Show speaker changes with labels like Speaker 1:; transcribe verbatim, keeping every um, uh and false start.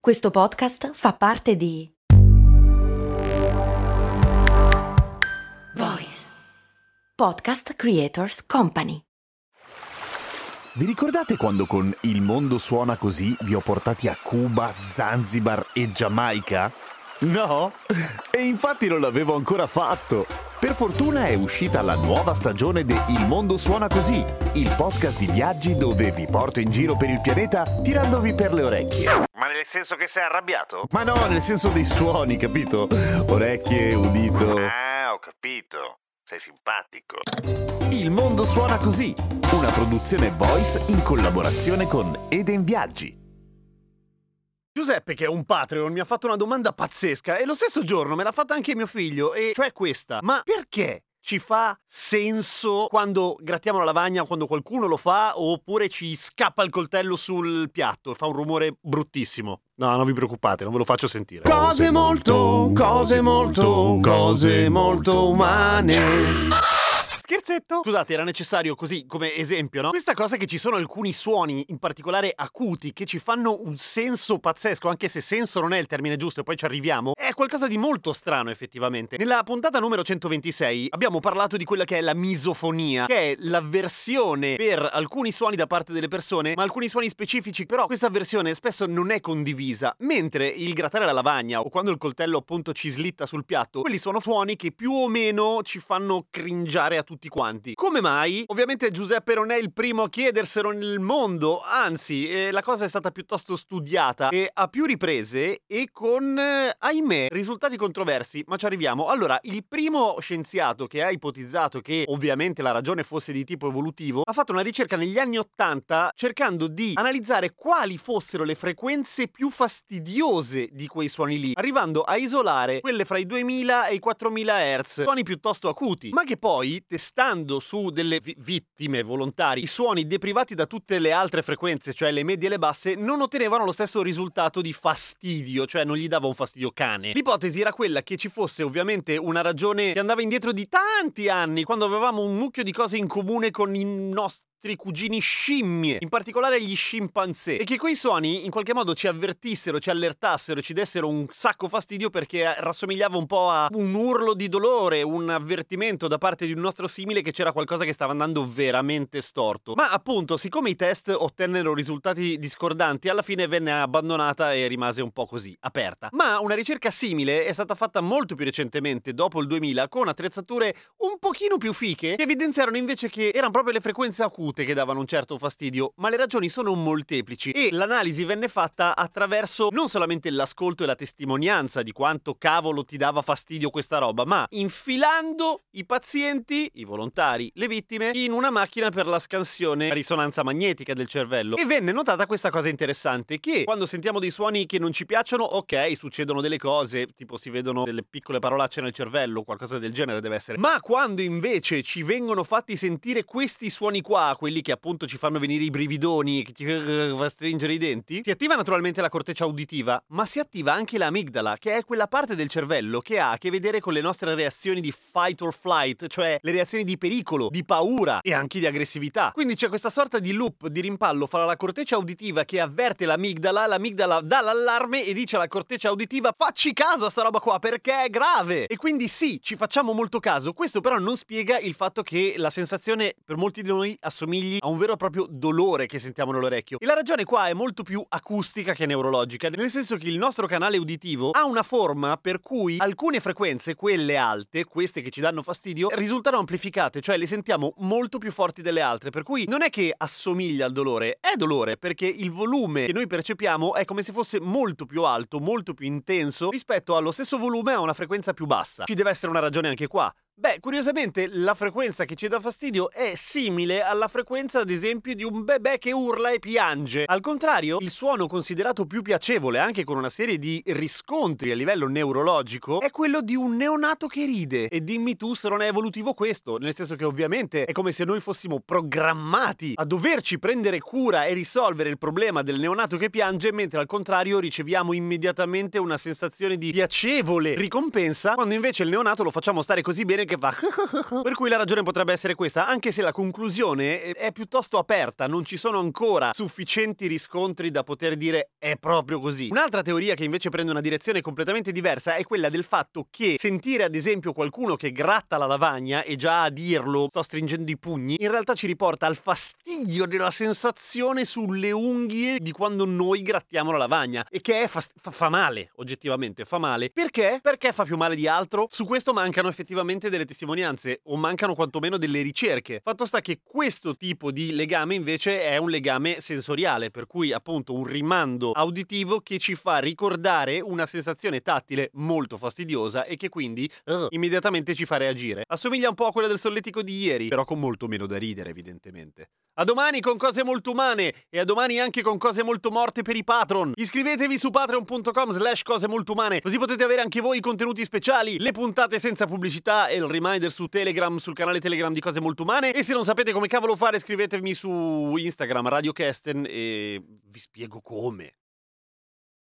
Speaker 1: Questo podcast fa parte di Voice Podcast Creators Company.
Speaker 2: Vi ricordate quando con Il mondo suona così vi ho portati a Cuba, Zanzibar e Giamaica? No? E infatti non l'avevo ancora fatto. Per fortuna è uscita la nuova stagione di Il mondo suona così, il podcast di viaggi dove vi porto in giro per il pianeta tirandovi per le orecchie. Ma nel senso che sei arrabbiato? Ma no, nel senso dei suoni, capito? Orecchie, udito. Ah, ho capito. Sei simpatico. Il mondo suona così, una produzione Voice in collaborazione con Eden Viaggi.
Speaker 3: Giuseppe, che è un Patreon, mi ha fatto una domanda pazzesca e lo stesso giorno me l'ha fatta anche mio figlio, e cioè questa: ma perché ci fa senso quando grattiamo la lavagna o quando qualcuno lo fa, oppure ci scappa il coltello sul piatto e fa un rumore bruttissimo? No, non vi preoccupate, non ve lo faccio sentire. Cose molto, cose molto, cose molto umane. Scherzetto! Scusate, era necessario così come esempio, no? Questa cosa che ci sono alcuni suoni, in particolare acuti, che ci fanno un senso pazzesco, anche se senso non è il termine giusto e poi ci arriviamo, è qualcosa di molto strano effettivamente. Nella puntata numero centoventisei abbiamo parlato di quella che è la misofonia, che è l'avversione per alcuni suoni da parte delle persone, ma alcuni suoni specifici, però questa avversione spesso non è condivisa, mentre il grattare la lavagna o quando il coltello appunto ci slitta sul piatto, quelli sono suoni che più o meno ci fanno cringiare a tutti quanti. Come mai? Ovviamente Giuseppe non è il primo a chiederselo nel mondo, anzi, eh, la cosa è stata piuttosto studiata e a più riprese e con, eh, ahimè, risultati controversi, ma ci arriviamo. Allora, il primo scienziato che ha ipotizzato che ovviamente la ragione fosse di tipo evolutivo ha fatto una ricerca negli anni ottanta cercando di analizzare quali fossero le frequenze più fastidiose di quei suoni lì, arrivando a isolare quelle fra i duemila e i quattromila hertz, suoni piuttosto acuti, ma che poi, stando su delle vi- vittime volontari, i suoni deprivati da tutte le altre frequenze, cioè le medie e le basse, non ottenevano lo stesso risultato di fastidio, cioè non gli dava un fastidio cane. L'ipotesi era quella che ci fosse ovviamente una ragione che andava indietro di tanti anni, quando avevamo un mucchio di cose in comune con i nostri cugini scimmie, in particolare gli scimpanzé, e che quei suoni in qualche modo ci avvertissero, ci allertassero, ci dessero un sacco fastidio perché rassomigliava un po' a un urlo di dolore, un avvertimento da parte di un nostro simile che c'era qualcosa che stava andando veramente storto. Ma appunto, siccome i test ottennero risultati discordanti, alla fine venne abbandonata e rimase un po' così, aperta. Ma una ricerca simile è stata fatta molto più recentemente, dopo il duemila, con attrezzature un pochino più fiche, che evidenziarono invece che erano proprio le frequenze acute che davano un certo fastidio, ma le ragioni sono molteplici e l'analisi venne fatta attraverso non solamente l'ascolto e la testimonianza di quanto cavolo ti dava fastidio questa roba, ma infilando i pazienti, i volontari, le vittime, in una macchina per la scansione a risonanza magnetica del cervello. E venne notata questa cosa interessante, che quando sentiamo dei suoni che non ci piacciono, ok, succedono delle cose, tipo si vedono delle piccole parolacce nel cervello, qualcosa del genere deve essere, ma quando invece ci vengono fatti sentire questi suoni qua, quelli che appunto ci fanno venire i brividoni e che ti fa stringere i denti, si attiva naturalmente la corteccia uditiva, ma si attiva anche l'amigdala, che è quella parte del cervello che ha a che vedere con le nostre reazioni di fight or flight, cioè le reazioni di pericolo, di paura e anche di aggressività. Quindi c'è questa sorta di loop di rimpallo fra la corteccia uditiva che avverte l'amigdala, l'amigdala dà l'allarme e dice alla corteccia uditiva: facci caso a sta roba qua perché è grave! E quindi sì, ci facciamo molto caso. Questo però non spiega il fatto che la sensazione per molti di noi assomigli a un vero e proprio dolore che sentiamo nell'orecchio. E la ragione qua è molto più acustica che neurologica, nel senso che il nostro canale uditivo ha una forma per cui alcune frequenze, quelle alte, queste che ci danno fastidio, risultano amplificate, cioè le sentiamo molto più forti delle altre, per cui non è che assomiglia al dolore, è dolore, perché il volume che noi percepiamo è come se fosse molto più alto, molto più intenso rispetto allo stesso volume a una frequenza più bassa. Ci deve essere una ragione anche qua. Beh, curiosamente la frequenza che ci dà fastidio è simile alla frequenza, ad esempio, di un bebè che urla e piange. Al contrario, il suono considerato più piacevole, anche con una serie di riscontri a livello neurologico, è quello di un neonato che ride. E dimmi tu se non è evolutivo questo, nel senso che ovviamente è come se noi fossimo programmati a doverci prendere cura e risolvere il problema del neonato che piange, mentre al contrario riceviamo immediatamente una sensazione di piacevole ricompensa, quando invece il neonato lo facciamo stare così bene cane che fa per cui la ragione potrebbe essere questa, anche se la conclusione è piuttosto aperta, non ci sono ancora sufficienti riscontri da poter dire è proprio così. Un'altra teoria che invece prende una direzione completamente diversa è quella del fatto che sentire ad esempio qualcuno che gratta la lavagna, e già a dirlo sto stringendo i pugni, in realtà ci riporta al fastidio della sensazione sulle unghie di quando noi grattiamo la lavagna, e che è fast- fa, fa male, oggettivamente fa male. Perché? Perché fa più male di altro? Su questo mancano effettivamente delle testimonianze, o mancano quantomeno delle ricerche. Fatto sta che questo tipo di legame invece è un legame sensoriale, per cui appunto un rimando auditivo che ci fa ricordare una sensazione tattile molto fastidiosa e che quindi uh, immediatamente ci fa reagire. Assomiglia un po' a quella del solletico di ieri, però con molto meno da ridere, evidentemente. A domani con cose molto umane, e a domani anche con cose molto morte per i patron. Iscrivetevi su patreon punto com slash cose molto umane, così potete avere anche voi i contenuti speciali, le puntate senza pubblicità e il reminder su Telegram, sul canale Telegram di Cose Molto Umane. E se non sapete come cavolo fare, scrivetemi su Instagram, Radio Kesten, e vi spiego come.